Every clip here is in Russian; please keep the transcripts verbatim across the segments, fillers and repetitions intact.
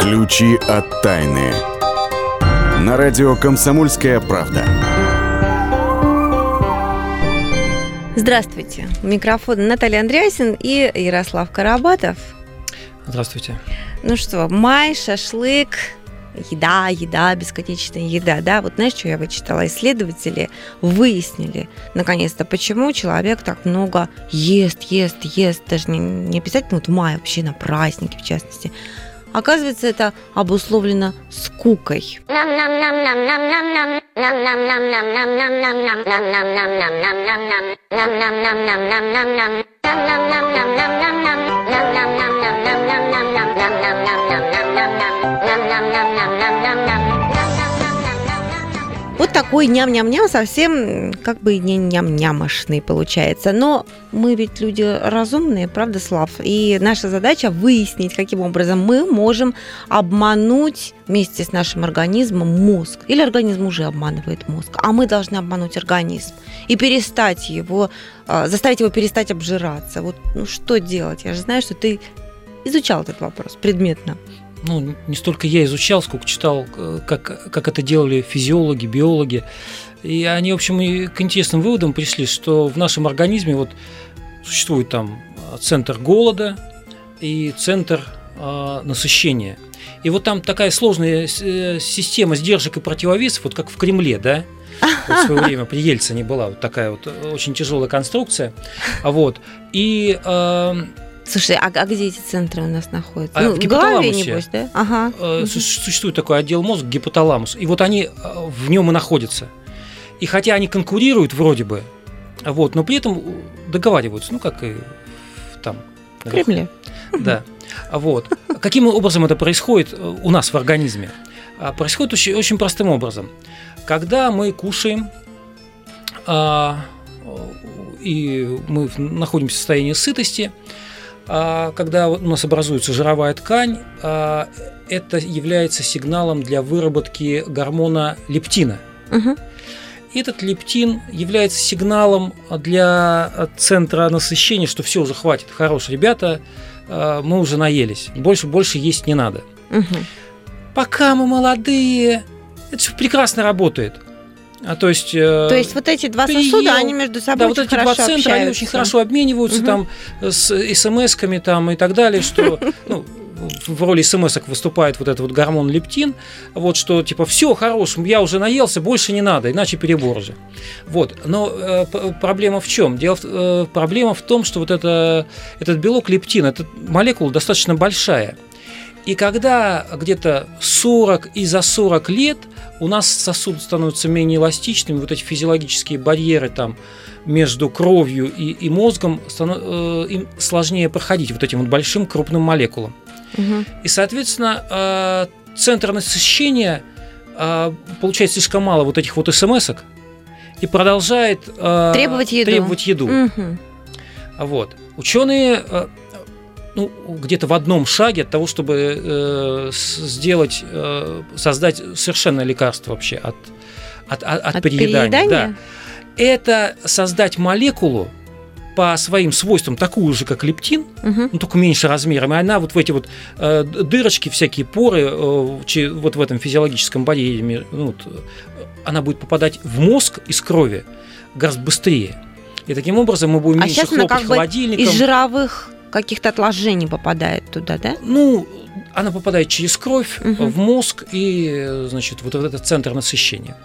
Ключи от тайны. На радио «Комсомольская правда». Здравствуйте. У микрофона Наталья Андреасин и Ярослав Карабатов. Здравствуйте. Ну что, май, шашлык, еда, еда, бесконечная еда, да? Вот знаешь, что я вычитала? Исследователи выяснили, наконец-то, почему человек так много ест, ест, ест, даже не, не обязательно вот в мае, вообще на праздники, в частности. Оказывается, это обусловлено скукой. Вот такой ням-ням-ням совсем как бы не ням-нямошный получается. Но мы ведь люди разумные, правда, Слав? И наша задача выяснить, каким образом мы можем обмануть вместе с нашим организмом мозг. Или организм уже обманывает мозг, а мы должны обмануть организм и перестать его, заставить его перестать обжираться. Вот ну, что делать? Я же знаю, что ты изучал этот вопрос предметно. Ну, не столько я изучал, сколько читал, как, как это делали физиологи, биологи. И они, в общем, и к интересным выводам пришли, что в нашем организме вот существует там центр голода и центр э, насыщения. И вот там такая сложная система сдержек и противовесов, вот как в Кремле, да? Вот в свое время при Ельцине была вот такая вот очень тяжелая конструкция. Вот. И... Э, Слушай, а, а где эти центры у нас находятся? А ну, в в голове, гипоталамусе, небось, да? Ага. Э, существует такой отдел мозга, гипоталамус, и вот они в нем и находятся. И хотя они конкурируют вроде бы, вот, но при этом договариваются, ну, как и там. В Кремле. Да. Вот. Каким образом это происходит у нас в организме? Происходит очень, очень простым образом. Когда мы кушаем, и мы находимся в состоянии сытости, когда у нас образуется жировая ткань, это является сигналом для выработки гормона лептина. Угу. Этот лептин является сигналом для центра насыщения, что все, уже хватит, хорош, ребята, мы уже наелись, больше, больше есть не надо. Угу. Пока мы молодые, это все прекрасно работает. А, то есть, то есть вот эти два сосуда, переел, они между собой да, очень вот эти хорошо два центра, общаются. Они очень хорошо обмениваются, угу. там с эс-эм-эсками там, и так далее, что ну, в роли эс-эм-эсок выступает вот этот вот гормон лептин, вот что типа все, хорош, я уже наелся, больше не надо, иначе перебор же. Вот. Но э, проблема в чем? Дело в, э, проблема в том, что вот это, этот белок лептин, эта молекула достаточно большая. И когда где-то сорок и за сорок лет у нас сосуд становится менее эластичным, вот эти физиологические барьеры там между кровью и, и мозгом, станов, э, им сложнее проходить вот этим вот большим крупным молекулам. Угу. И, соответственно, э, центр насыщения э, получает слишком мало вот этих вот эс-эм-эсок и продолжает э, требовать еду. Требовать еду. Угу. Вот. Ученые э, ну, где-то в одном шаге от того, чтобы э, сделать, э, создать совершенное лекарство вообще от, от, от, от, от переедания. переедания? Да. Это создать молекулу по своим свойствам такую же, как лептин, угу. но только меньше размером. И она вот в эти вот э, дырочки, всякие поры, э, чи, вот в этом физиологическом барьере, ну, вот, она будет попадать в мозг из крови гораздо быстрее. И таким образом мы будем а меньше хлопать как холодильником. Из жировых каких-то отложений попадает туда, да? Ну, она попадает через кровь угу. в мозг и, значит, вот в этот центр насыщения.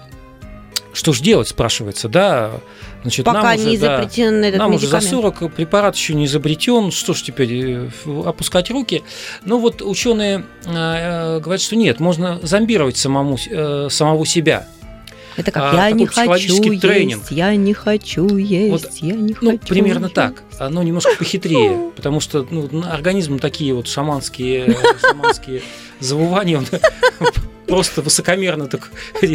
Что же делать, спрашивается, да? Значит, пока нам не уже, изобретен да, этот нам медикамент. Уже за сорок, препарат еще не изобретен, что ж теперь опускать руки? Ну вот ученые э, говорят, что нет, можно зомбировать самому, э, самого себя. Это как а, я не хочу тренинг. есть, я не хочу есть, вот, я не ну, хочу. Примерно есть. так. Оно немножко похитрее, потому что ну, организм такие вот шаманские, шаманские завывания, он просто высокомерно так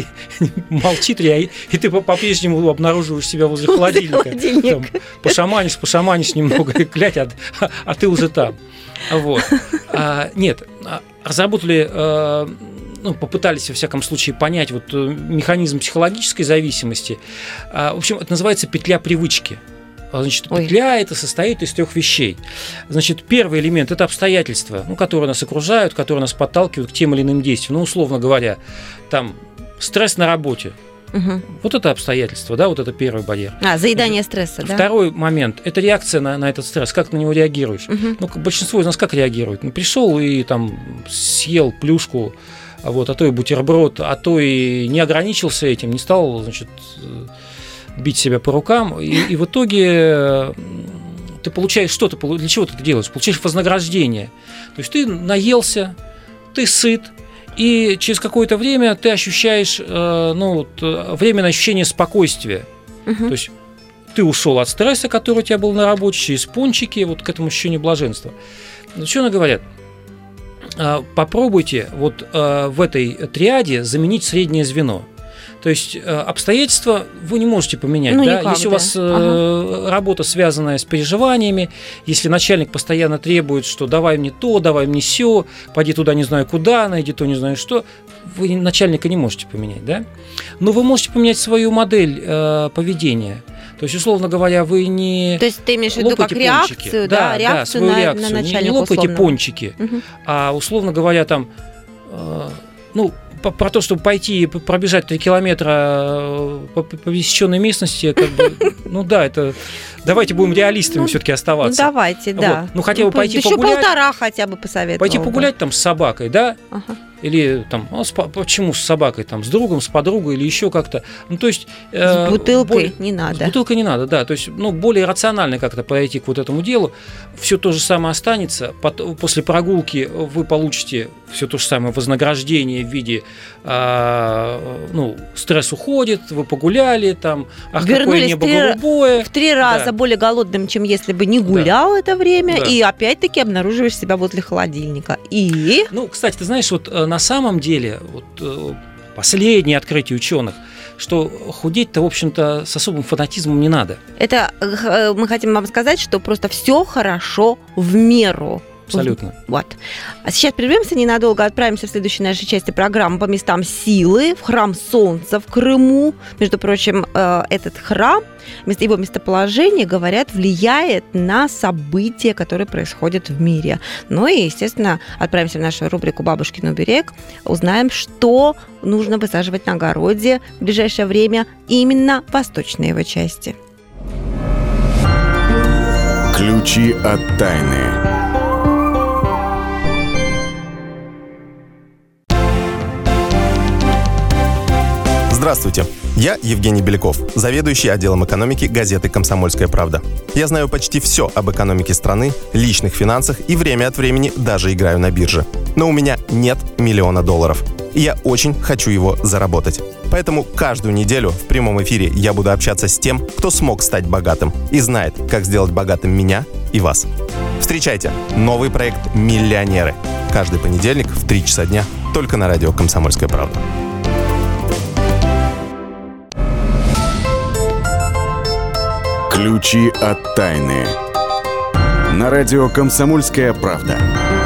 молчит, и ты по-прежнему обнаруживаешь себя возле холодильника. Пошаманишь, пошаманишь немного, и глядь, а ты уже там. Вот. Нет, разработали... Ну, попытались, во всяком случае, понять вот механизм психологической зависимости. В общем, это называется петля привычки. Значит, петля это состоит из трех вещей. Значит, первый элемент – это обстоятельства, ну, которые нас окружают, которые нас подталкивают к тем или иным действиям. Ну, условно говоря, там стресс на работе. Угу. Вот это обстоятельство, да, вот это первый барьер. А, заедание стресса, да? Второй момент – это реакция на, на этот стресс, как ты на него реагируешь. Угу. Ну, большинство из нас как реагирует? Ну, пришел и там съел плюшку, вот, а то и бутерброд, а то и не ограничился этим, не стал, значит, бить себя по рукам, и, и в итоге ты получаешь что-то, для чего ты это делаешь? Получаешь вознаграждение. То есть ты наелся, ты сыт, и через какое-то время ты ощущаешь, ну, временное ощущение спокойствия. Угу. То есть ты ушел от стресса, который у тебя был на работе, через пончики, вот к этому ощущению блаженства. Ну, что они говорят? Попробуйте вот в этой триаде заменить среднее звено. То есть обстоятельства вы не можете поменять. Ну, да? Если да. у вас ага. работа, связанная с переживаниями, если начальник постоянно требует, что давай мне то, давай мне сё, пойди туда не знаю куда, найди то не знаю что, вы начальника не можете поменять. Да? Но вы можете поменять свою модель э, поведения. То есть, условно говоря, вы не То есть ты имеешь в виду как реакцию, пончики. да, да, реакцию да, свою на, реакцию. на начальника. Не, не лопайте условно. пончики, угу. а, условно говоря, там, э, ну, про то, чтобы пойти пробежать три километра по пересеченной местности, как бы, ну да, это давайте будем реалистами ну, все-таки оставаться. Ну давайте, да. Вот. Ну хотя бы пойти еще погулять. Еще полтора хотя бы посоветовал. Пойти погулять да. там с собакой, да? Ага. Или там, ну, с, почему с собакой, там, с другом, с подругой или еще как-то. Ну, то есть, э, с бутылкой более, не надо. С бутылкой не надо, да. То есть, ну, более рационально как-то подойти к вот этому делу. Все то же самое останется. После прогулки вы получите все то же самое вознаграждение в виде, э, ну, стресс уходит, вы погуляли, там, ах, какое небо голубое. В три раза да. более голодным, чем если бы не гулял да. это время, да. и опять-таки обнаруживаешь себя возле холодильника. И... Ну, кстати, ты знаешь, вот на самом деле, вот последнее открытие ученых, что худеть-то, в общем-то, с особым фанатизмом не надо. Это мы хотим вам сказать, что просто все хорошо в меру. Абсолютно. Вот. А сейчас прервемся ненадолго, отправимся в следующей нашей части программы по местам силы в храм Солнца в Крыму. Между прочим, этот храм, его местоположение, говорят, влияет на события, которые происходят в мире. Ну и, естественно, отправимся в нашу рубрику «Бабушкин оберег», узнаем, что нужно высаживать на огороде в ближайшее время именно в восточной его части. Ключи от тайны. Здравствуйте, я Евгений Беляков, заведующий отделом экономики газеты «Комсомольская правда». Я знаю почти все об экономике страны, личных финансах и время от времени даже играю на бирже. Но у меня нет миллиона долларов, и я очень хочу его заработать. Поэтому каждую неделю в прямом эфире я буду общаться с тем, кто смог стать богатым и знает, как сделать богатым меня и вас. Встречайте новый проект «Миллионеры». Каждый понедельник в три часа дня только на радио «Комсомольская правда». Ключи от тайны. На радио «Комсомольская правда».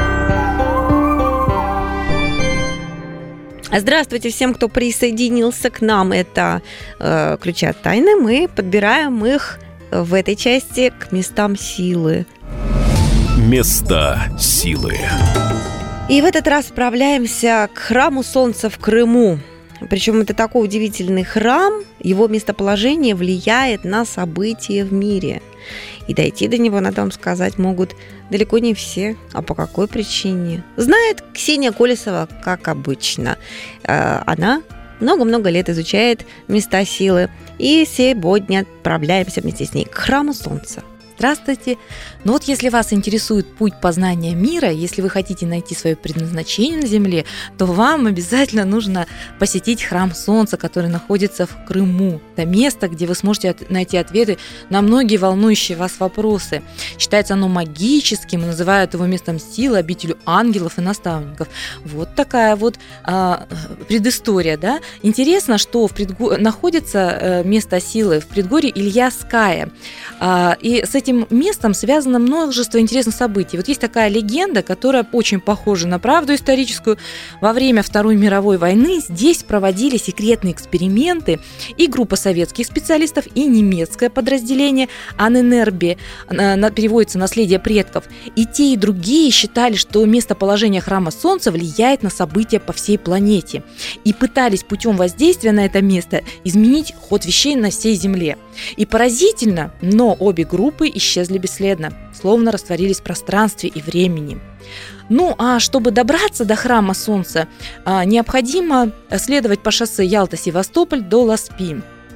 Здравствуйте всем, кто присоединился к нам. Это э, «Ключи от тайны». Мы подбираем их в этой части к местам силы. Места силы. И в этот раз отправляемся к храму Солнца в Крыму. Причем это такой удивительный храм, его местоположение влияет на события в мире. И дойти до него, надо вам сказать, могут далеко не все. А по какой причине? Знает Ксения Колесова, как обычно. Она много-много лет изучает места силы. И сегодня отправляемся вместе с ней к храму Солнца. Здравствуйте! Ну вот если вас интересует путь познания мира, если вы хотите найти свое предназначение на Земле, то вам обязательно нужно посетить храм Солнца, который находится в Крыму. Это место, где вы сможете найти ответы на многие волнующие вас вопросы. Считается оно магическим, называют его местом силы, обителью ангелов и наставников. Вот такая вот а, предыстория, да? Интересно, что в предго... находится место силы в предгорье Ильяская. А, и с этим этим местом связано множество интересных событий. Вот есть такая легенда, которая очень похожа на правду историческую. Во время Второй мировой войны здесь проводили секретные эксперименты, и группа советских специалистов, и немецкое подразделение Анненербе, переводится «наследие предков». И те, и другие считали, что местоположение храма Солнца влияет на события по всей планете. И пытались путем воздействия на это место изменить ход вещей на всей Земле. И поразительно, но обе группы исчезли бесследно, словно растворились в пространстве и времени. Ну, а чтобы добраться до храма Солнца, необходимо следовать по шоссе Ялта-Севастополь до Ласпи.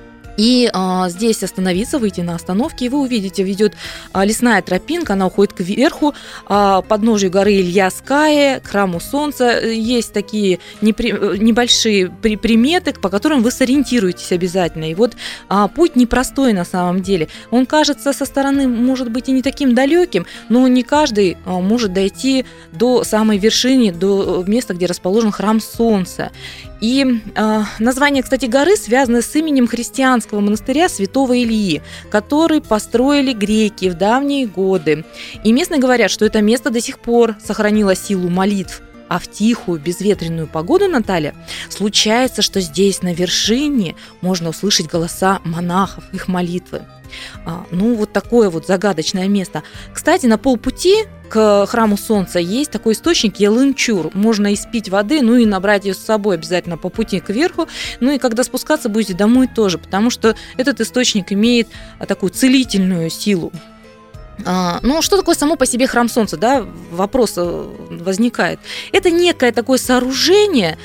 И а, здесь остановиться, выйти на остановке, и вы увидите, ведет а, лесная тропинка, она уходит кверху, а, подножию горы Ильяская, к храму Солнца. Есть такие непри... небольшие при... приметы, по которым вы сориентируетесь обязательно. И вот а, путь непростой на самом деле. Он кажется со стороны, может быть, и не таким далеким, но не каждый а, может дойти до самой вершины, до места, где расположен храм Солнца. И э, название, кстати, горы связано с именем христианского монастыря святого Ильи, который построили греки в давние годы. И местные говорят, что это место до сих пор сохранило силу молитв. А в тихую, безветренную погоду, Наталья, случается, что здесь, на вершине, можно услышать голоса монахов, их молитвы. А, ну, вот такое вот загадочное место. Кстати, на полпути к храму Солнца есть такой источник Ялынчур. Можно испить воды, ну и набрать ее с собой обязательно по пути кверху. Ну и когда спускаться будете домой тоже, потому что этот источник имеет такую целительную силу. А, ну, что такое само по себе храм Солнца, да, вопрос возникает. Это некое такое сооружение,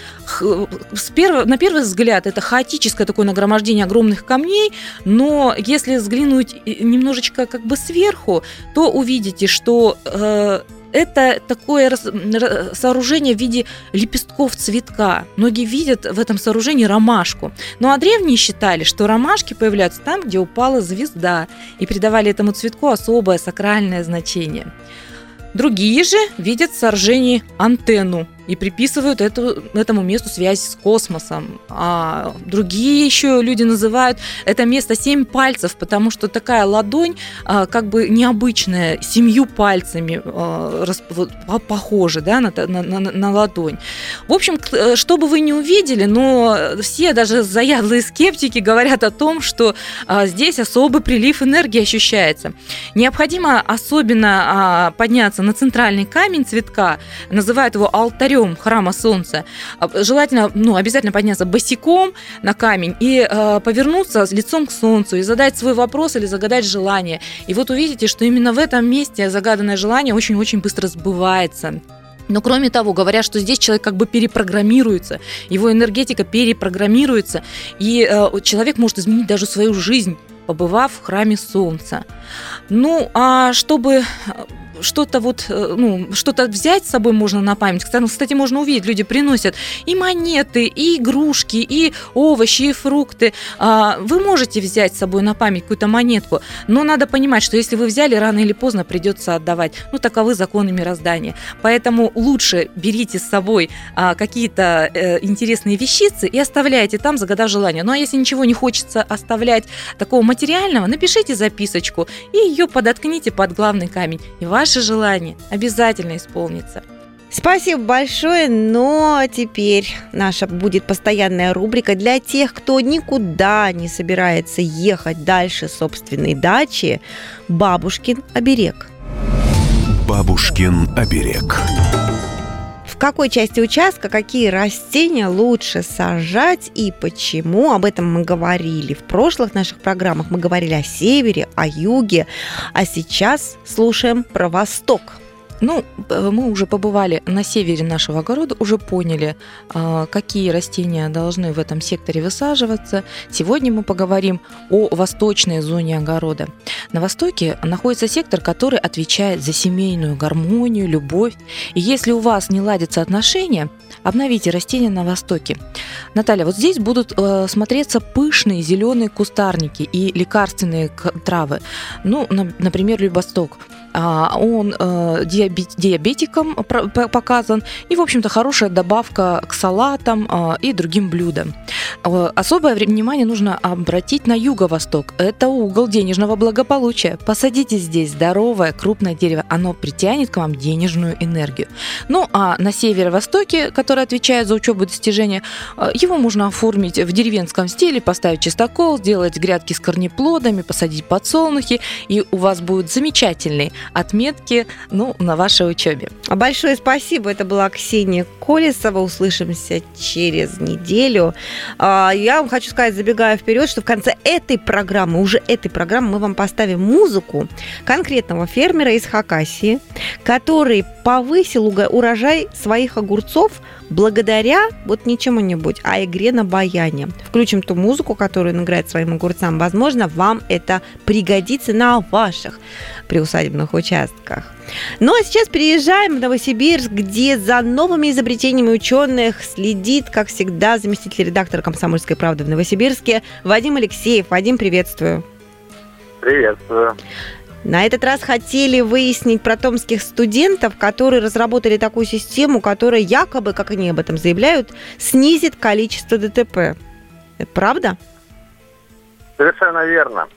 с перв... на первый взгляд это хаотическое такое нагромождение огромных камней, но если взглянуть немножечко как бы сверху, то увидите, что э, это такое сооружение в виде лепестков цветка. Многие видят в этом сооружении ромашку. Ну а древние считали, что ромашки появляются там, где упала звезда, и придавали этому цветку особое сакральное значение. Другие же видят в сооружении антенну и приписывают эту, этому месту связь с космосом. А другие еще люди называют это место семь пальцев, потому что такая ладонь а, как бы необычная, семью пальцами а, рас, вот, похожа, да, на, на, на, на ладонь. В общем, что бы вы ни увидели, но все, даже заядлые скептики, говорят о том, что а, здесь особый прилив энергии ощущается. Необходимо особенно а, подняться на центральный камень цветка, называют его алтарем храма Солнца. Желательно, ну, обязательно подняться босиком на камень и э, повернуться лицом к Солнцу и задать свой вопрос или загадать желание. И вот увидите, что именно в этом месте загаданное желание очень-очень быстро сбывается. Но кроме того, говорят, что здесь человек как бы перепрограммируется, его энергетика перепрограммируется, и э, человек может изменить даже свою жизнь, побывав в храме Солнца. Ну, а чтобы что-то вот, ну, что-то взять с собой можно на память. Кстати, можно увидеть, люди приносят и монеты, и игрушки, и овощи, и фрукты. Вы можете взять с собой на память какую-то монетку, но надо понимать, что если вы взяли, рано или поздно придется отдавать. Ну, таковы законы мироздания. Поэтому лучше берите с собой какие-то интересные вещицы и оставляйте там, загадав желание. Ну, а если ничего не хочется оставлять такого материального, напишите записочку и ее подоткните под главный камень. И ваш Ваше желание обязательно исполнится. Спасибо большое, но теперь наша будет постоянная рубрика для тех, кто никуда не собирается ехать дальше собственной дачи. Бабушкин оберег. Бабушкин оберег. В какой части участка какие растения лучше сажать и почему? Об этом мы говорили в прошлых наших программах. Мы говорили о севере, о юге, а сейчас слушаем про восток. Ну, мы уже побывали на севере нашего огорода, уже поняли, какие растения должны в этом секторе высаживаться. Сегодня мы поговорим о восточной зоне огорода. На востоке находится сектор, который отвечает за семейную гармонию, любовь. И если у вас не ладятся отношения, обновите растения на востоке. Наталья, вот здесь будут смотреться пышные зеленые кустарники и лекарственные травы. Ну, например, любосток. Он диабетикам показан. И, в общем-то, хорошая добавка к салатам и другим блюдам. Особое внимание нужно обратить на юго-восток. Это угол денежного благополучия. Посадите здесь здоровое, крупное дерево. Оно притянет к вам денежную энергию. Ну, а на северо-востоке, который отвечает за учебу и достижения, его можно оформить в деревенском стиле, поставить чистокол, сделать грядки с корнеплодами, посадить подсолнухи, и у вас будут замечательные отметки, ну, на вашей учебе. Большое спасибо. Это была Ксения Колесова. Услышимся через неделю. Я вам хочу сказать, забегая вперед, что в конце этой программы, уже этой программы, мы вам поставим музыку конкретного фермера из Хакасии, который повысил урожай своих огурцов благодаря вот не чему-нибудь, а игре на баяне. Включим ту музыку, которую он играет своим огурцам. Возможно, вам это пригодится на ваших приусадебных участках. Ну а сейчас переезжаем в Новосибирск, где за новыми изобретениями ученых следит, как всегда, заместитель редактора «Комсомольской правды» в Новосибирске Вадим Алексеев. Вадим, приветствую. Приветствую. На этот раз хотели выяснить про томских студентов, которые разработали такую систему, которая якобы, как они об этом заявляют, снизит количество ДТП. Это правда? Совершенно верно.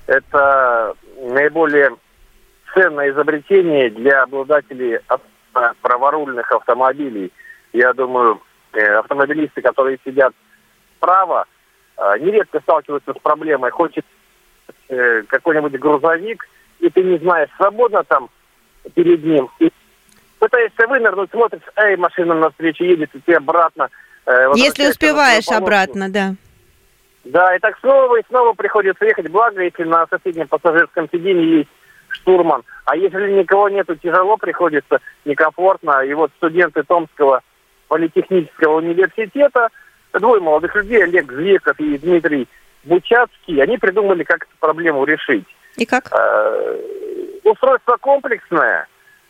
Это наиболее ценное изобретение для обладателей праворульных автомобилей. Я думаю, автомобилисты, которые сидят справа, нередко сталкиваются с проблемой. Хочет какой-нибудь грузовик, и ты не знаешь, свободно там перед ним. И пытаешься вынырнуть, смотришь, эй, машина навстречу едет, и ты обратно. Э, Если успеваешь обратно, да. Да, и так снова и снова приходится ехать. Благо, если на соседнем пассажирском сиденье есть штурман. А если никого нету, тяжело приходится, некомфортно. И вот студенты Томского политехнического университета, двое молодых людей, Олег Звеков и Дмитрий Бучацкий, они придумали, как эту проблему решить. И как? Э, устройство комплексное.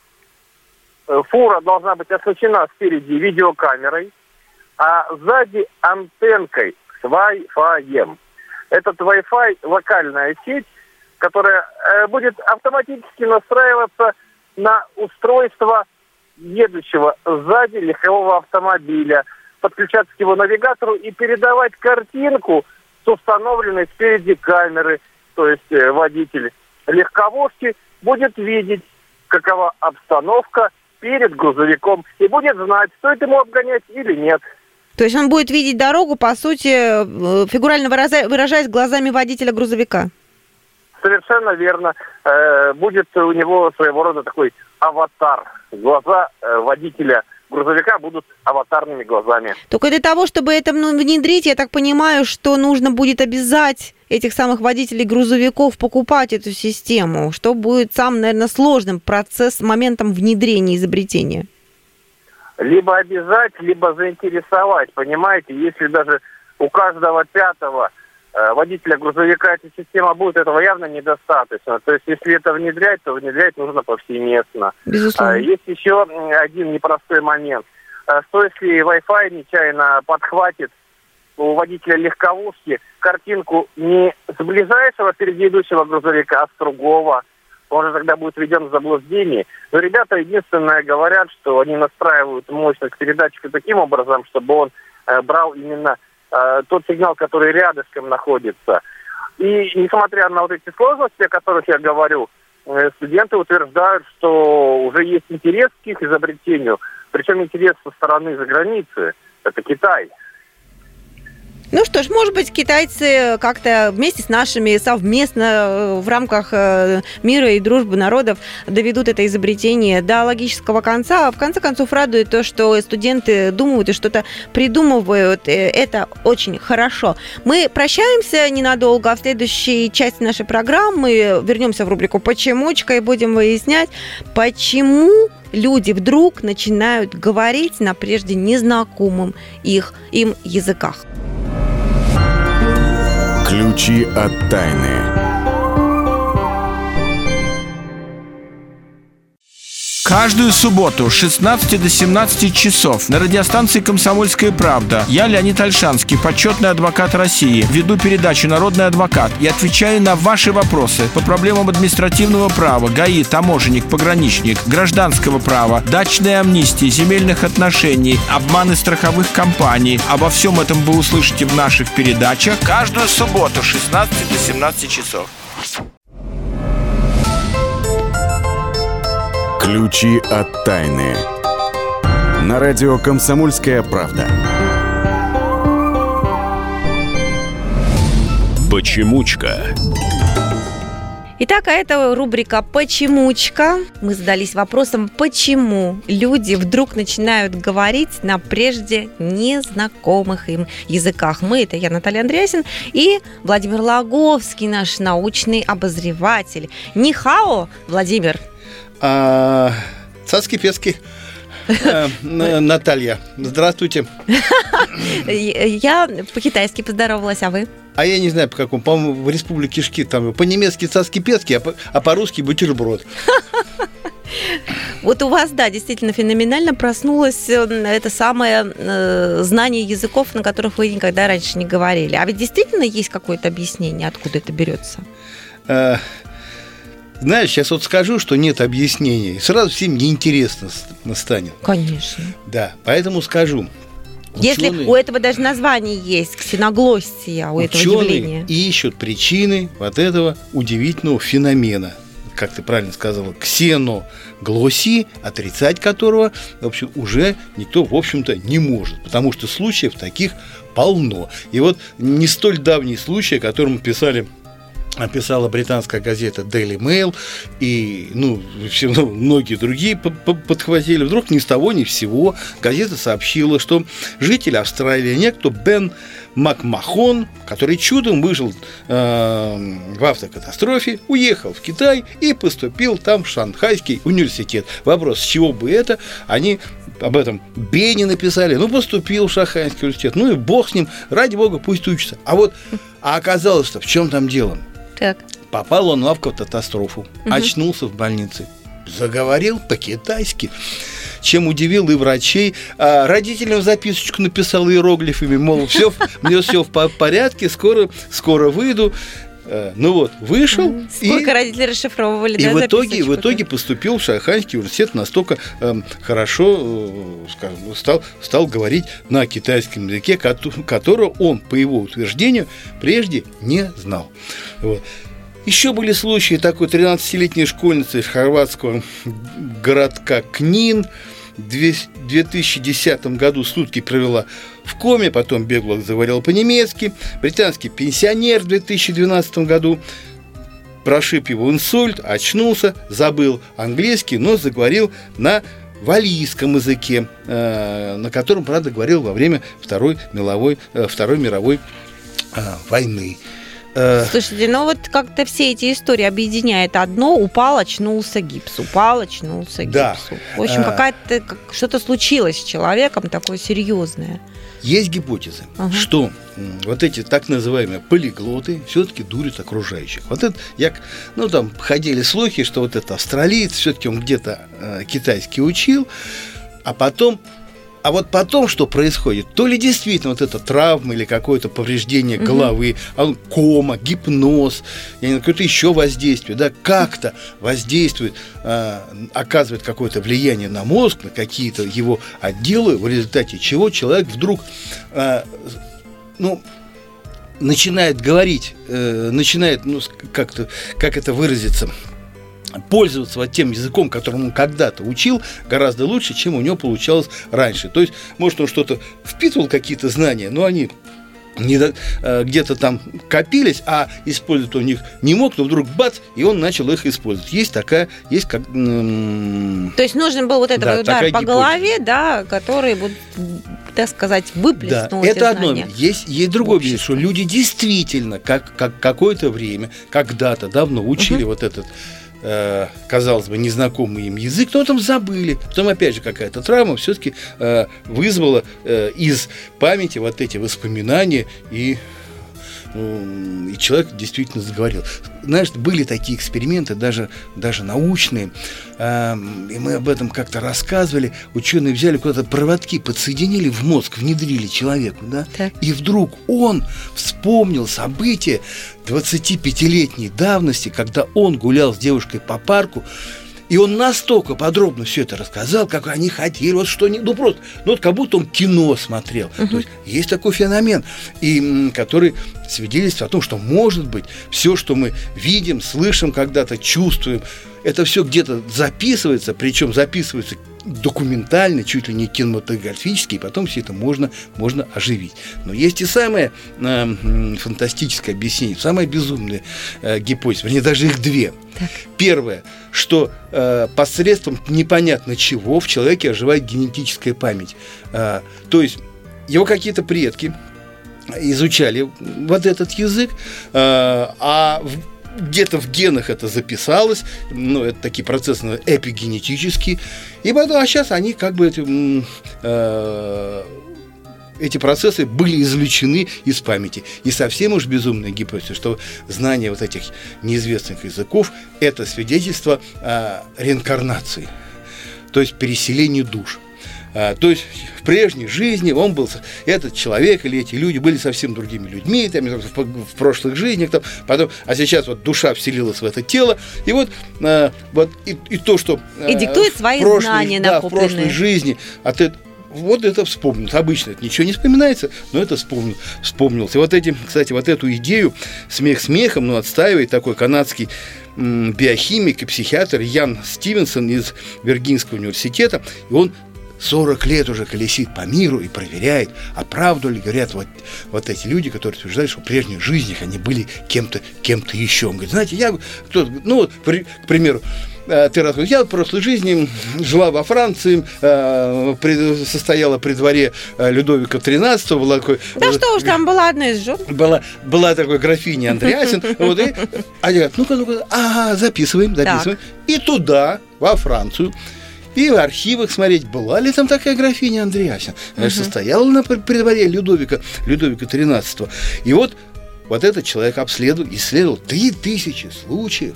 Фура должна быть оснащена спереди видеокамерой, а сзади антенкой с Wi-Fi. Этот Wi-Fi локальная сеть, которая э, будет автоматически настраиваться на устройство едущего сзади легкового автомобиля, подключаться к его навигатору и передавать картинку с установленной спереди камеры. То есть э, водитель легковушки будет видеть, какова обстановка перед грузовиком, и будет знать, стоит ему обгонять или нет. То есть он будет видеть дорогу, по сути, фигурально выражаясь, глазами водителя грузовика? Совершенно верно. Э, будет у него своего рода такой аватар. Глаза э, водителя грузовика будут аватарными глазами. Только для того, чтобы это ну, внедрить, я так понимаю, что нужно будет обязать этих самых водителей грузовиков покупать эту систему, что будет самым, наверное, сложным процесс, моментом внедрения изобретения. Либо обязать, либо заинтересовать, понимаете? Если даже у каждого пятого э, водителя грузовика эта система будет, этого явно недостаточно. То есть, если это внедрять, то внедрять нужно повсеместно. Безусловно. Э, есть еще один непростой момент. Э, что если Wi-Fi нечаянно подхватит у водителя легковушки картинку не с ближайшего впереди идущего грузовика, а с другого? Он же тогда будет введен в заблуждение. Но ребята единственное говорят, что они настраивают мощность передатчика таким образом, чтобы он э, брал именно э, тот сигнал, который рядышком находится. И несмотря на вот эти сложности, о которых я говорю, э, студенты утверждают, что уже есть интерес к их изобретению, причем интерес со стороны за границы. Это Китай. Ну что ж, может быть, китайцы как-то вместе с нашими совместно в рамках мира и дружбы народов доведут это изобретение до логического конца. В конце концов, радует то, что студенты думают и что-то придумывают. Это очень хорошо. Мы прощаемся ненадолго, а в следующей части нашей программы вернемся в рубрику «Почемучка» и будем выяснять, почему люди вдруг начинают говорить на прежде незнакомом их, им языках. Ключи от тайны. Каждую субботу с шестнадцати до семнадцати часов на радиостанции «Комсомольская правда» я, Леонид Ольшанский, почетный адвокат России, веду передачу «Народный адвокат» и отвечаю на ваши вопросы по проблемам административного права, ГАИ, таможенник, пограничник, гражданского права, дачной амнистии, земельных отношений, обманы страховых компаний. Обо всем этом вы услышите в наших передачах каждую субботу с шестнадцати до семнадцати часов. Ключи от тайны. На радио «Комсомольская правда». Почемучка. Итак, а это рубрика «Почемучка». Мы задались вопросом, почему люди вдруг начинают говорить на прежде незнакомых им языках. Мы, это я, Наталья Андреасин, и Владимир Логовский, наш научный обозреватель. Нихао, Владимир. А, цацки-пески. Наталья, здравствуйте. Я по-китайски поздоровалась, а вы? А я не знаю, по какому. По-моему, в Республике Шки там по-немецки цацки-пески, а, по- а по-русски бутерброд. Вот у вас, да, действительно феноменально проснулось это самое э, знание языков, на которых вы никогда раньше не говорили. А ведь действительно есть какое-то объяснение, откуда это берется? А, знаешь, сейчас вот скажу, что нет объяснений, сразу всем неинтересно станет. Конечно. Да, поэтому скажу. Если Ученые, у этого даже название есть, ксеноглоссия, у этого ученые явления. ищут причины вот этого удивительного феномена, как ты правильно сказала, ксеноглоссии, отрицать которого, в общем, уже никто, в общем-то, не может, потому что случаев таких полно. И вот не столь давний случай, о котором писали описала британская газета Daily Mail, и ну, все, ну, многие другие подхватили. Вдруг ни с того, ни с сего газета сообщила, что житель Австралии, некто Бен Макмахон, который чудом выжил э, в автокатастрофе, уехал в Китай и поступил там в Шанхайский университет. Вопрос, с чего бы это? Они об этом Бене написали. Ну, поступил в Шанхайский университет. Ну и бог с ним, ради бога, пусть учится. А вот, а оказалось-то, в чем там дело? Так. Попал он в автокатастрофу, Угу. очнулся в больнице, заговорил по-китайски, чем удивил и врачей. А родителям записочку написал иероглифами, мол, все, мне все в порядке, скоро, скоро выйду. Ну вот, вышел. Сколько и, родители расшифровывали, и да, в итоге, записочку? в итоге поступил в Шанхайский университет, настолько э, хорошо э, скажем, стал, стал говорить на китайском языке, которого он, по его утверждению, прежде не знал. Вот. Еще были случаи такой тринадцатилетней школьницы из хорватского городка Книн. В две тысячи десятом году сутки провела в коме, потом бегло заговорила по-немецки. Британский пенсионер в две тысячи двенадцатом году прошиб его инсульт, очнулся, забыл английский, но заговорил на валлийском языке, на котором, правда, говорил во время Второй мировой, Второй мировой войны. Слушайте, ну вот как-то все эти истории объединяет одно: упал, очнулся, гипс, упал, очнулся, гипс. Да. В общем, какая-то, как, что-то случилось с человеком такое серьезное. Есть гипотеза, Ага. что вот эти так называемые полиглоты все-таки дурят окружающих. Вот это, я, ну там ходили слухи, что вот этот австралиец, все-таки он где-то э, китайский учил, а потом А вот потом, что происходит, то ли действительно вот эта травма или какое-то повреждение Мгм. головы, а кома, гипноз, какое-то еще воздействие, да, как-то воздействует, э, оказывает какое-то влияние на мозг, на какие-то его отделы, в результате чего человек вдруг, э, ну, начинает говорить, э, начинает, ну, как-то, как это выразиться, пользоваться вот тем языком, которым он когда-то учил, гораздо лучше, чем у него получалось раньше. То есть, может, он что-то впитывал, какие-то знания, но они не до, э, где-то там копились, а использовать он их не мог, но вдруг бац, и он начал их использовать. Есть такая, есть как... М- То есть нужен был вот этот Да, вот удар такая по гипотеза. голове, да, который, вот, так сказать, выплеснул Да, эти это одно. знания. Есть, есть другое мнение, Общество. что люди действительно как, как какое-то время, когда-то давно учили Мгм. вот этот, э, казалось бы, незнакомый им язык, но там забыли. Потом, опять же, какая-то травма все-таки э, вызвала э, из памяти вот эти воспоминания и и человек действительно заговорил. Знаешь, были такие эксперименты, даже, даже научные, и мы об этом как-то рассказывали. Ученые взяли куда-то проводки, подсоединили в мозг, внедрили человеку, да, так. И вдруг он вспомнил события двадцатипятилетней давности, когда он гулял с девушкой по парку. И он настолько подробно все это рассказал, как они ходили, вот что они, ну просто, ну вот как будто он кино смотрел. Uh-huh. То есть есть такой феномен, и, который свидетельствует о том, что, может быть, все, что мы видим, слышим когда-то, чувствуем, это все где-то записывается, причем записывается документально, чуть ли не кинематографически, и потом все это можно, можно оживить. Но есть и самое э, фантастическое объяснение, самое безумное э, гипотеза, вернее, даже их две. Так. Первое, что э, посредством непонятно чего в человеке оживает генетическая память. Э, то есть его какие-то предки изучали вот этот язык, э, а в где-то в генах это записалось, ну, это такие процессы эпигенетические, и потом, а сейчас они как бы эти, э, эти процессы были извлечены из памяти. И совсем уж безумная гипотеза, что знание вот этих неизвестных языков – это свидетельство э, реинкарнации, то есть переселению душ. То есть в прежней жизни он был, этот человек или эти люди были совсем другими людьми, там, в, в прошлых жизнях, там, потом, а сейчас вот душа вселилась в это тело, и вот, э, вот и, и то, что э, и диктует свои прошлой, знания да, накопленные. в прошлой жизни от этого. Вот это вспомнилось. Обычно это ничего не вспоминается, но это вспомнил, вспомнилось. И вот эти, кстати, вот эту идею смех смехом, ну, отстаивает такой канадский м, биохимик и психиатр Ян Стивенсон из Виргинского университета, и он сорок лет уже колесит по миру и проверяет, а правду ли говорят вот, вот эти люди, которые утверждают, что в прежних жизнях они были кем-то, кем-то еще. Он говорит, знаете, я, кто, ну вот, при, к примеру, ты рассказываешь, я в прошлой жизни жила во Франции, состояла при дворе Людовика тринадцатого. Была такой, да что уж, там была одна из жен. Была, была такой графиня Андреасен. Вот, и они говорят, ну-ка, ну-ка, ага, записываем, записываем. Так. И туда, во Францию, и в архивах смотреть, была ли там такая графиня Андреасен. Она uh-huh. состояла на при дворе Людовика, Людовика тринадцатого. И вот, вот этот человек обследовал, исследовал три тысячи случаев.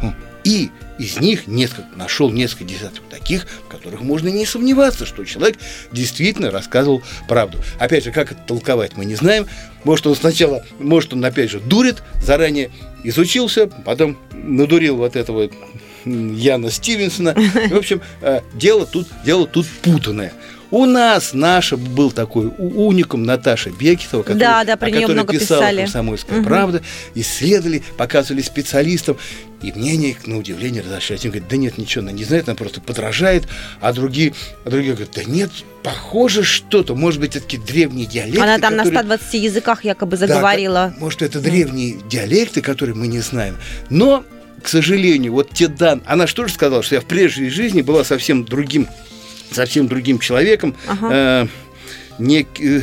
И из них несколько, нашел несколько десятков таких, в которых можно не сомневаться, что человек действительно рассказывал правду. Опять же, как это толковать, мы не знаем. Может, он сначала, может, он опять же дурит, заранее изучился, потом надурил вот этого Яна Стивенсона. В общем, дело тут, дело тут путанное. У нас наша был такой уникум Наташа Бекетова, который, да, да, про нее много писала писали. «Комсомольская угу. правда», исследовали, показывали специалистам, и мнение, на удивление, разошлись. Они говорят, да нет, ничего, она не знает, она просто подражает, а другие, а другие говорят, да нет, похоже что-то, может быть, это такие древние диалекты. Она там которые... на ста двадцати языках якобы заговорила. Да, может, это древние диалекты, которые мы не знаем, но, к сожалению, вот те данные, она что же сказала, что я в прежней жизни была совсем другим совсем другим человеком, ага. э, нек, э,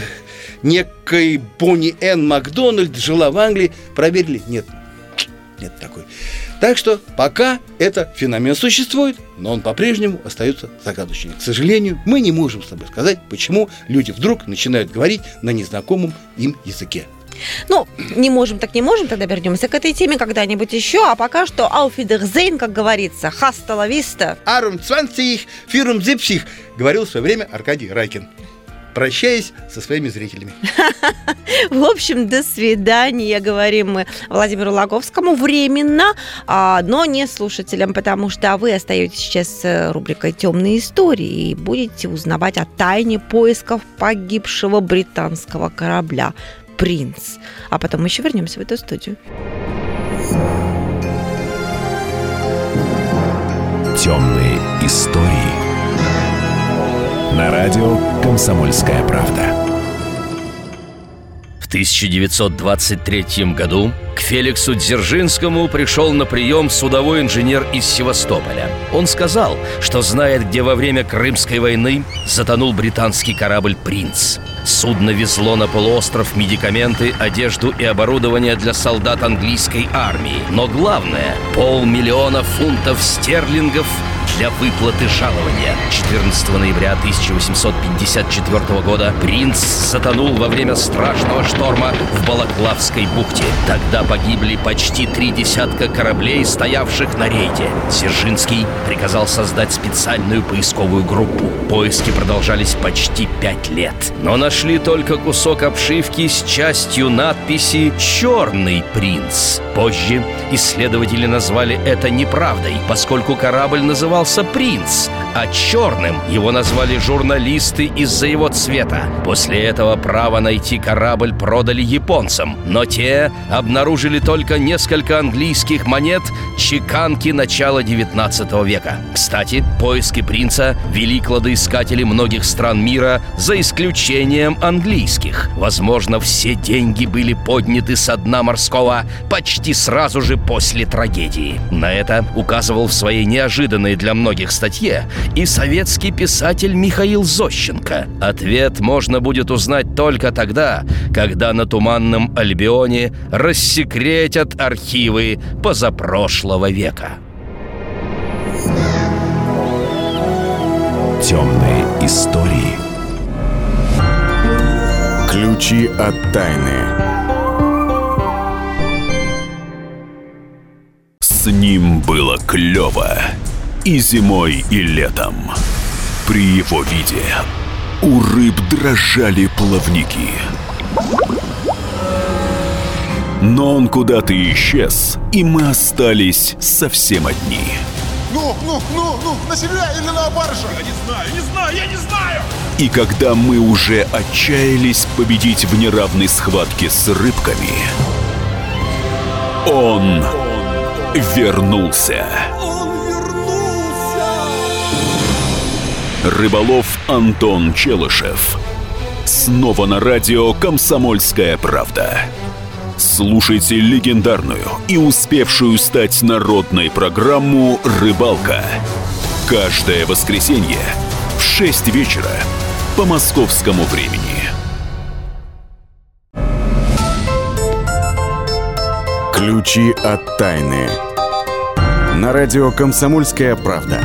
некой Бонни Энн Макдональд жила в Англии, проверили, нет, нет такой. Так что пока этот феномен существует, но он по-прежнему остается загадочным. К сожалению, мы не можем с тобой сказать, почему люди вдруг начинают говорить на незнакомом им языке. Ну, не можем, так не можем, тогда вернемся к этой теме когда-нибудь еще. А пока что auf Wiedersehen, как говорится, hasta la vista. Арум цванцих, фирум зипсих, говорил в свое время Аркадий Райкин, прощаясь со своими зрителями. В общем, до свидания, говорим мы Владимиру Логовскому временно, но не слушателям, потому что вы остаетесь сейчас с рубрикой «Темные истории» и будете узнавать о тайне поисков погибшего британского корабля «Принц». А потом еще вернемся в эту студию. Темные истории. На радио «Комсомольская правда». В тысяча девятьсот двадцать третьем году к Феликсу Дзержинскому пришел на прием судовой инженер из Севастополя. Он сказал, что знает, где во время Крымской войны затонул британский корабль «Принц». Судно везло на полуостров медикаменты, одежду и оборудование для солдат английской армии. Но главное – полмиллиона фунтов стерлингов для выплаты жалования. четырнадцатого ноября тысяча восемьсот пятьдесят четвёртого года принц затонул во время страшного шторма в Балаклавской бухте. Тогда погибли почти три десятка кораблей, стоявших на рейде. Дзержинский приказал создать специальную поисковую группу. Поиски продолжались почти пять лет. Но нашли только кусок обшивки с частью надписи «Черный принц». Позже исследователи назвали это неправдой, поскольку корабль назывался «Принц», а черным его назвали журналисты из-за его цвета. После этого право найти корабль продали японцам, но те обнаружили только несколько английских монет чеканки начала девятнадцатого века. Кстати, поиски принца вели кладоискатели многих стран мира, за исключением английских. Возможно, все деньги были подняты со дна морского почти сразу же после трагедии. На это указывал в своей неожиданной для многих статье и советский писатель Михаил Зощенко. Ответ можно будет узнать только тогда, когда на Туманном Альбионе рассекретят архивы позапрошлого века. Темные истории. Ключи от тайны. С ним было клево и зимой, и летом. При его виде у рыб дрожали плавники. Но он куда-то исчез, и мы остались совсем одни. Ну, ну, ну, ну, на себя или на баржу? Я не знаю, не знаю, я не знаю! И когда мы уже отчаялись победить в неравной схватке с рыбками, он вернулся. Он вернулся! Рыболов Антон Челышев. Снова на радио «Комсомольская правда». Слушайте легендарную и успевшую стать народной программу «Рыбалка». Каждое воскресенье в шесть вечера по московскому времени. Ключи от тайны. На радио «Комсомольская правда».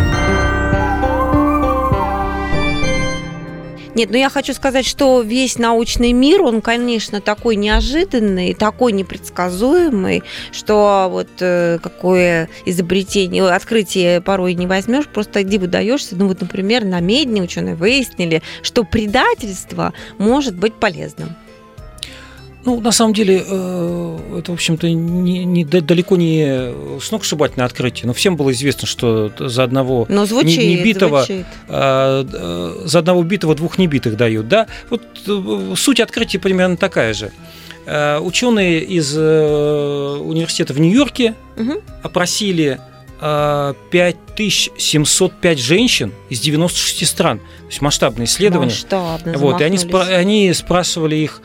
Нет, ну я хочу сказать, что весь научный мир, он, конечно, такой неожиданный, такой непредсказуемый, что вот э, какое изобретение, открытие порой не возьмешь, просто диву даешься. Ну вот, например, на медне ученые выяснили, что предательство может быть полезным. Ну, на самом деле, это, в общем-то, не, не, далеко не сногсшибательное открытие, но всем было известно, что за одного но звучит, не, небитого, звучит. А, за одного битого двух небитых дают, да? Вот суть открытия примерно такая же. Ученые из университета в Нью-Йорке угу. опросили пять тысяч семьсот пять женщин из девяноста шести стран. То есть масштабное исследование. Масштабно, вот, и они, спра- они спрашивали их,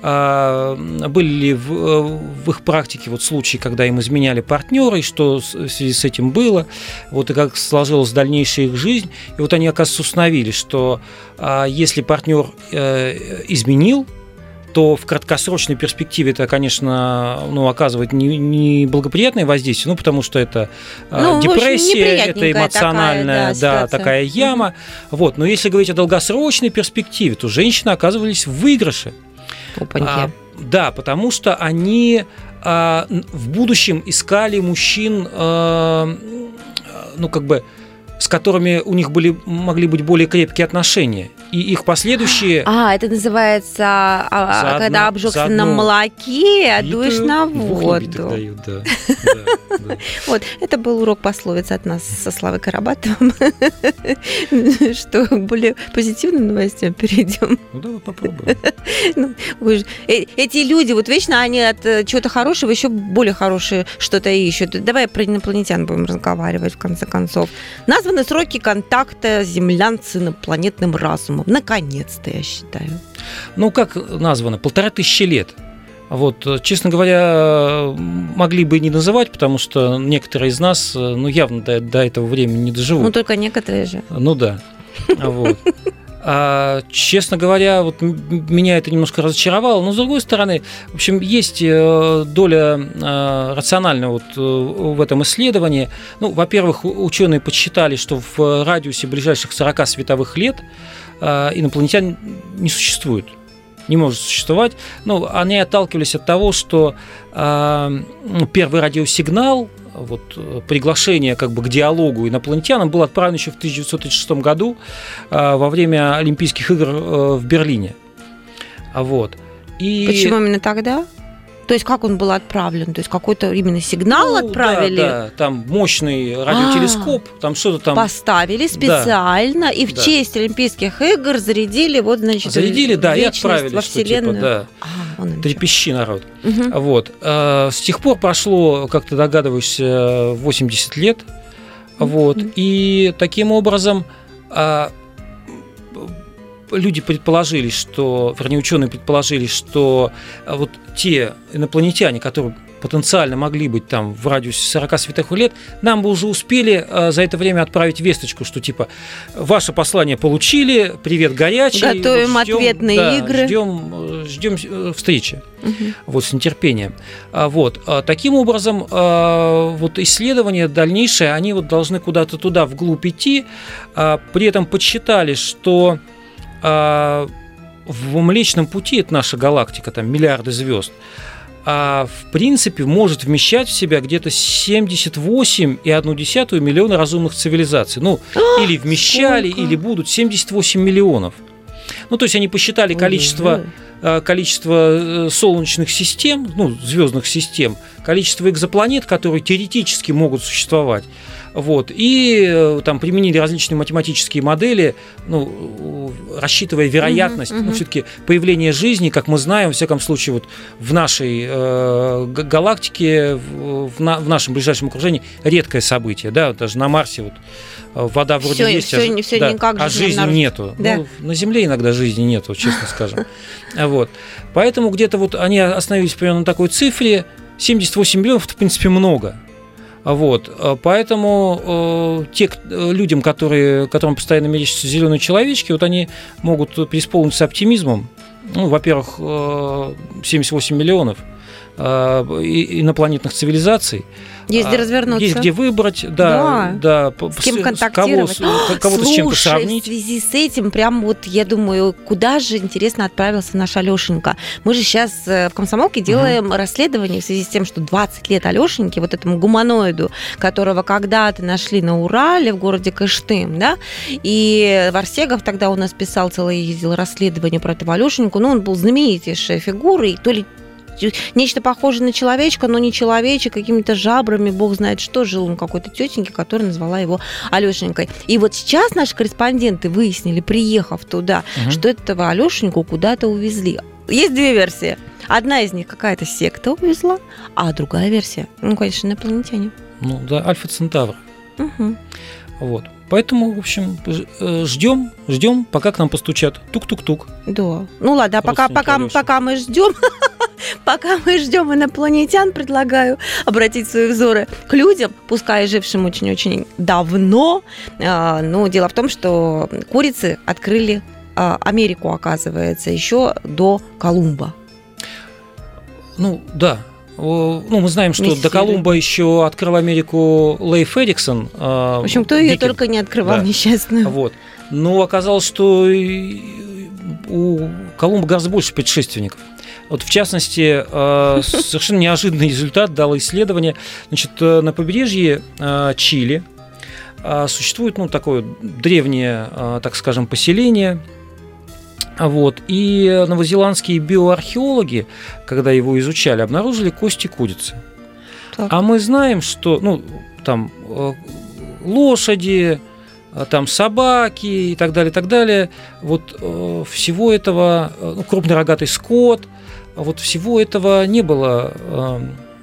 были ли в, в их практике вот случаи, когда им изменяли партнеры, и что в связи с этим было, вот, и как сложилась дальнейшая их жизнь. И вот они, оказывается, установили, что если партнер изменил, то в краткосрочной перспективе это, конечно, ну, оказывает неблагоприятное воздействие, ну, потому что это ну, депрессия, это эмоциональная такая, да, да, такая яма. Mm-hmm. Вот. Но если говорить о долгосрочной перспективе, то женщины оказывались в выигрыше. А, да, потому что они а, в будущем искали мужчин, а, ну, как бы, с которыми у них были, могли быть более крепкие отношения. И их последующие... А, это называется, а, когда обжегся на молоке, а дуешь на воду. Дают, да. Вот, это был урок пословиц от нас со Славой Карабатовым. Что, к более позитивным новостям перейдем? Ну, давай попробуем. Эти люди, вот вечно они от чего-то хорошего еще более хорошее что-то ищут. Давай про инопланетян будем разговаривать, в конце концов. Названы сроки контакта землян с инопланетным разумом. Наконец-то, я считаю. Ну, как названо? Полтора тысячи лет. Вот, честно говоря, могли бы и не называть, потому что некоторые из нас, ну, явно до, до этого времени не доживут. Ну, только некоторые же. Ну, да. Вот. А, честно говоря, вот меня это немножко разочаровало, но с другой стороны, в общем, есть доля рациональная вот в этом исследовании. Ну, во-первых, ученые подсчитали, что в радиусе ближайших сорока световых лет инопланетян не существует. Не может существовать. Ну, они отталкивались от того, что э, первый радиосигнал, вот, приглашение как бы к диалогу инопланетянам был отправлен еще в тысяча девятьсот тридцать шестом году э, во время Олимпийских игр э, в Берлине. Вот. И... Почему именно тогда? То есть как он был отправлен? То есть какой-то именно сигнал ну, отправили? Да, да, там мощный радиотелескоп, А-а-а. там что-то там... Поставили специально, да. и в да. честь Олимпийских игр зарядили, вот, значит, зарядили, да, и отправили, во Вселенную. Что, типа, да, трепещи, народ. Угу. Вот. С тех пор прошло, как ты догадываешься, восемьдесят лет, угу. вот, и таким образом... Люди предположили, что, вернее, ученые предположили, что вот те инопланетяне, которые потенциально могли быть там в радиусе сорока световых лет, нам бы уже успели за это время отправить весточку, что типа ваше послание получили, привет горячий, готовим вот ждем, ответные да, игры, ждем, ждем встречи, угу. вот с нетерпением. Вот таким образом, вот исследования дальнейшие, они вот должны куда-то туда вглубь идти, при этом подсчитали, что в Млечном Пути, это наша галактика, там миллиарды звезд, а в принципе может вмещать в себя где-то семьдесят восемь и одну десятую миллиона разумных цивилизаций. Ну, а, или вмещали, сколько? Или будут семьдесят восемь миллионов. Ну, то есть они посчитали количество, количество солнечных систем, ну, звездных систем, количество экзопланет, которые теоретически могут существовать. Вот, и там применили различные математические модели, ну, рассчитывая вероятность, uh-huh, uh-huh. ну, все-таки появления жизни, как мы знаем, во всяком случае, вот в нашей э, галактике, в, на, в нашем ближайшем окружении редкое событие, да, даже на Марсе вот вода вроде всё, есть, всё, а, всё да, никак а жизни нарушить. Нету. Да. Ну, на Земле иногда жизни нету, честно скажем. Вот. Поэтому где-то вот они остановились примерно на такой цифре, семьдесят восемь миллионов, в принципе, много. Вот, поэтому э, те людям, которые, которым постоянно мерещатся зеленые человечки, вот они могут преисполниться оптимизмом. Ну, во-первых, э, семьдесят восемь миллионов э, инопланетных цивилизаций. Есть где развернуться. Есть где выбрать, да, да, да с кем контактировать. Кого, кого-то Слушай, с чем-то сравнить. В связи с этим, прям вот, я думаю, куда же, интересно, отправился наш Алешенька. Мы же сейчас в «Комсомолке» делаем угу. расследование в связи с тем, что двадцать лет Алешеньке, вот этому гуманоиду, которого когда-то нашли на Урале, в городе Кыштым, да, и Варсегов тогда у нас писал целое, ездил расследование про этого Алешеньку, ну, он был знаменитейшей фигурой, то ли нечто похожее на человечка, но не человечек, какими-то жабрами, бог знает что, жил он какой-то тетеньке, которая назвала его Алешенькой. И вот сейчас наши корреспонденты выяснили, приехав туда, угу. что этого Алешеньку куда-то увезли. Есть две версии. Одна из них какая-то секта увезла, а другая версия, ну, конечно, инопланетяне. Ну, да, Альфа Центавр. Угу. Вот. Поэтому, в общем, ждем, ждем, пока к нам постучат. Тук-тук-тук. Да. Ну ладно, а пока, пока, пока мы ждем, пока мы ждем инопланетян, предлагаю обратить свои взоры к людям, пускай жившим очень-очень давно. Но дело в том, что курицы открыли Америку, оказывается, еще до Колумба. Ну, да. Ну, мы знаем, что Мессили. До Колумба еще открыл Америку Лейф Эриксон. В общем, кто ее только не открывал, да. несчастную. Вот. Но оказалось, что у Колумба гораздо больше предшественников. Вот, в частности, совершенно неожиданный результат дало исследование. Значит, на побережье Чили существует, ну, такое древнее, так скажем, поселение. Вот. И новозеландские биоархеологи, когда его изучали, обнаружили кости курицы. Так. А мы знаем, что, ну, там лошади, там собаки и так далее, и так далее. Вот всего этого, ну, крупный рогатый скот, вот всего этого не было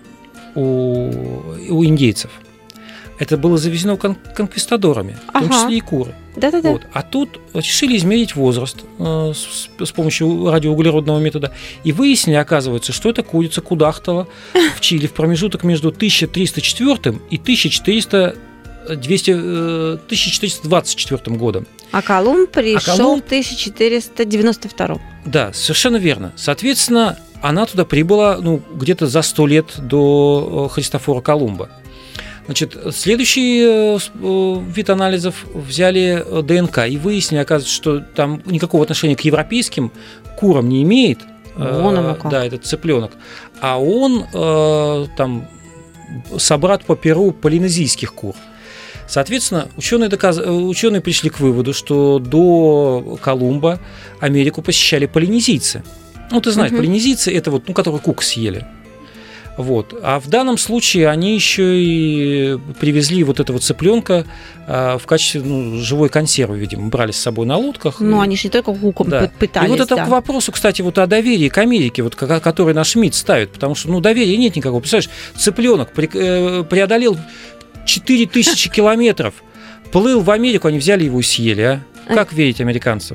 у, у индейцев. Это было завезено кон- конквистадорами, ага. в том числе и куры. Да-да-да. Вот. А тут решили измерить возраст э, с, с помощью радиоуглеродного метода. И выяснили, оказывается, что эта курица кудахтала в Чили в промежуток между тысяча триста четвёртым и тысяча четыреста двадцать четвёртым годом. А Колумб пришел а Колумб... в тысяча четыреста девяносто втором. Да, совершенно верно. Соответственно, она туда прибыла ну, где-то за сто лет до Христофора Колумба. Значит, следующий вид анализов взяли ДНК и выяснили, оказывается, что там никакого отношения к европейским курам не имеет. Вон оно как. Да, этот цыпленок. А он там собрат по перу полинезийских кур. Соответственно, ученые, доказ... ученые пришли к выводу, что до Колумба Америку посещали полинезийцы. Ну, ты знаешь, угу. полинезийцы – это вот, ну, которые кук съели. Вот. А в данном случае они еще и привезли вот этого цыпленка а, в качестве ну, живой консервы, видимо, брали с собой на лодках. Ну, они же не только куком да. пытались. И вот это да. к вопросу, кстати, вот о доверии к Америке, вот, который наш МИД ставит, потому что ну, доверия нет никакого. Представляешь, цыпленок преодолел четыре тысячи километров, плыл в Америку, они взяли его и съели, а? Как верить американцам?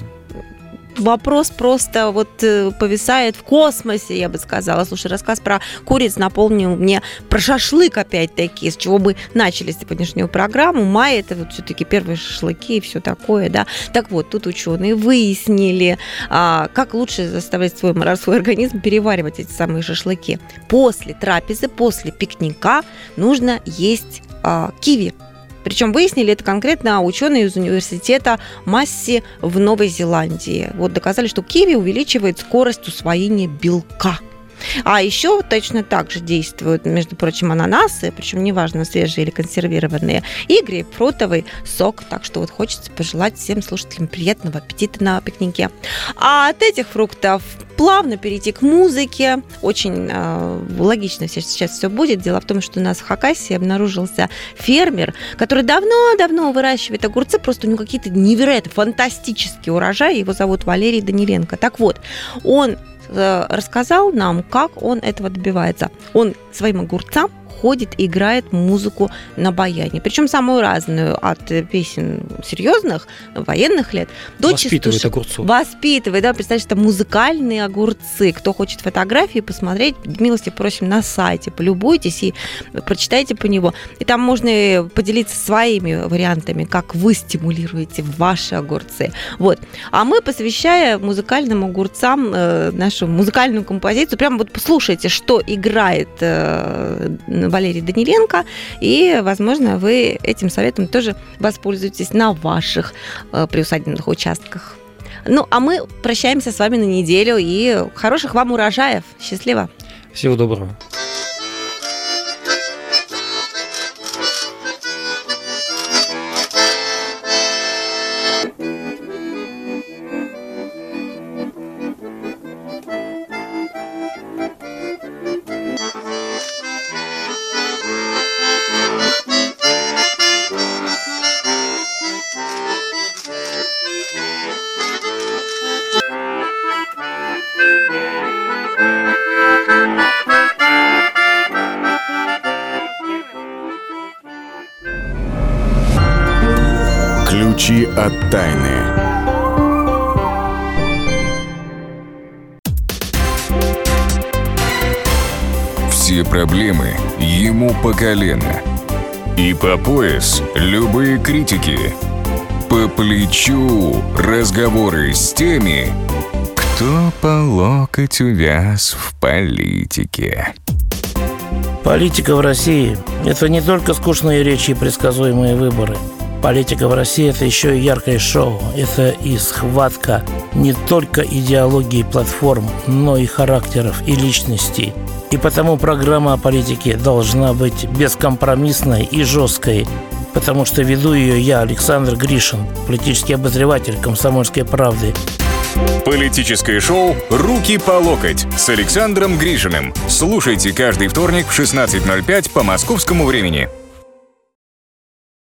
Вопрос просто вот повисает в космосе, я бы сказала. Слушай, рассказ про куриц напомнил мне про шашлык опять-таки, с чего бы начали сегодняшнюю программу. Май – это вот все-таки первые шашлыки и все такое, да. Так вот, тут ученые выяснили, а, как лучше заставлять свой, свой организм переваривать эти самые шашлыки. После трапезы, после пикника нужно есть а, киви. Причем выяснили это конкретно ученые из университета Масси в Новой Зеландии. Вот доказали, что киви увеличивает скорость усвоения белка. А еще точно так же действуют, между прочим, ананасы, причем неважно, свежие или консервированные, и грейпфрутовый сок. Так что вот хочется пожелать всем слушателям приятного аппетита на пикнике. А от этих фруктов плавно перейти к музыке. Очень э, логично сейчас все будет. Дело в том, что у нас в Хакасии обнаружился фермер, который давно-давно выращивает огурцы. Просто у него какие-то невероятно фантастические урожаи. Его зовут Валерий Даниленко. Так вот, он рассказал нам, как он этого добивается. Он своим огурцам ходит и играет музыку на баяне. Причем самую разную, от песен серьезных, военных лет, до воспитывает частушек. огурцов. Воспитывает, да, представьте, это музыкальные огурцы. Кто хочет фотографии посмотреть, милости просим на сайте, полюбуйтесь и прочитайте по него. И там можно поделиться своими вариантами, как вы стимулируете ваши огурцы. Вот. А мы, посвящая музыкальным огурцам э, нашу музыкальную композицию, прямо вот послушайте, что играет э, Валерий Даниленко, и, возможно, вы этим советом тоже воспользуетесь на ваших э, приусадебных участках. Ну, а мы прощаемся с вами на неделю, и хороших вам урожаев. Счастливо! Всего доброго! Ключи от тайны. Все проблемы ему по колено. И по пояс любые критики. По плечу разговоры с теми, кто по локоть увяз в политике. Политика в России – это не только скучные речи и предсказуемые выборы. Политика в России – это еще и яркое шоу. Это и схватка не только идеологии платформ, но и характеров и личностей. И потому программа о политике должна быть бескомпромиссной и жесткой, потому что веду ее я, Александр Гришин, политический обозреватель «Комсомольской правды». Политическое шоу «Руки по локоть» с Александром Гришиным. Слушайте каждый вторник в шестнадцать ноль пять по московскому времени.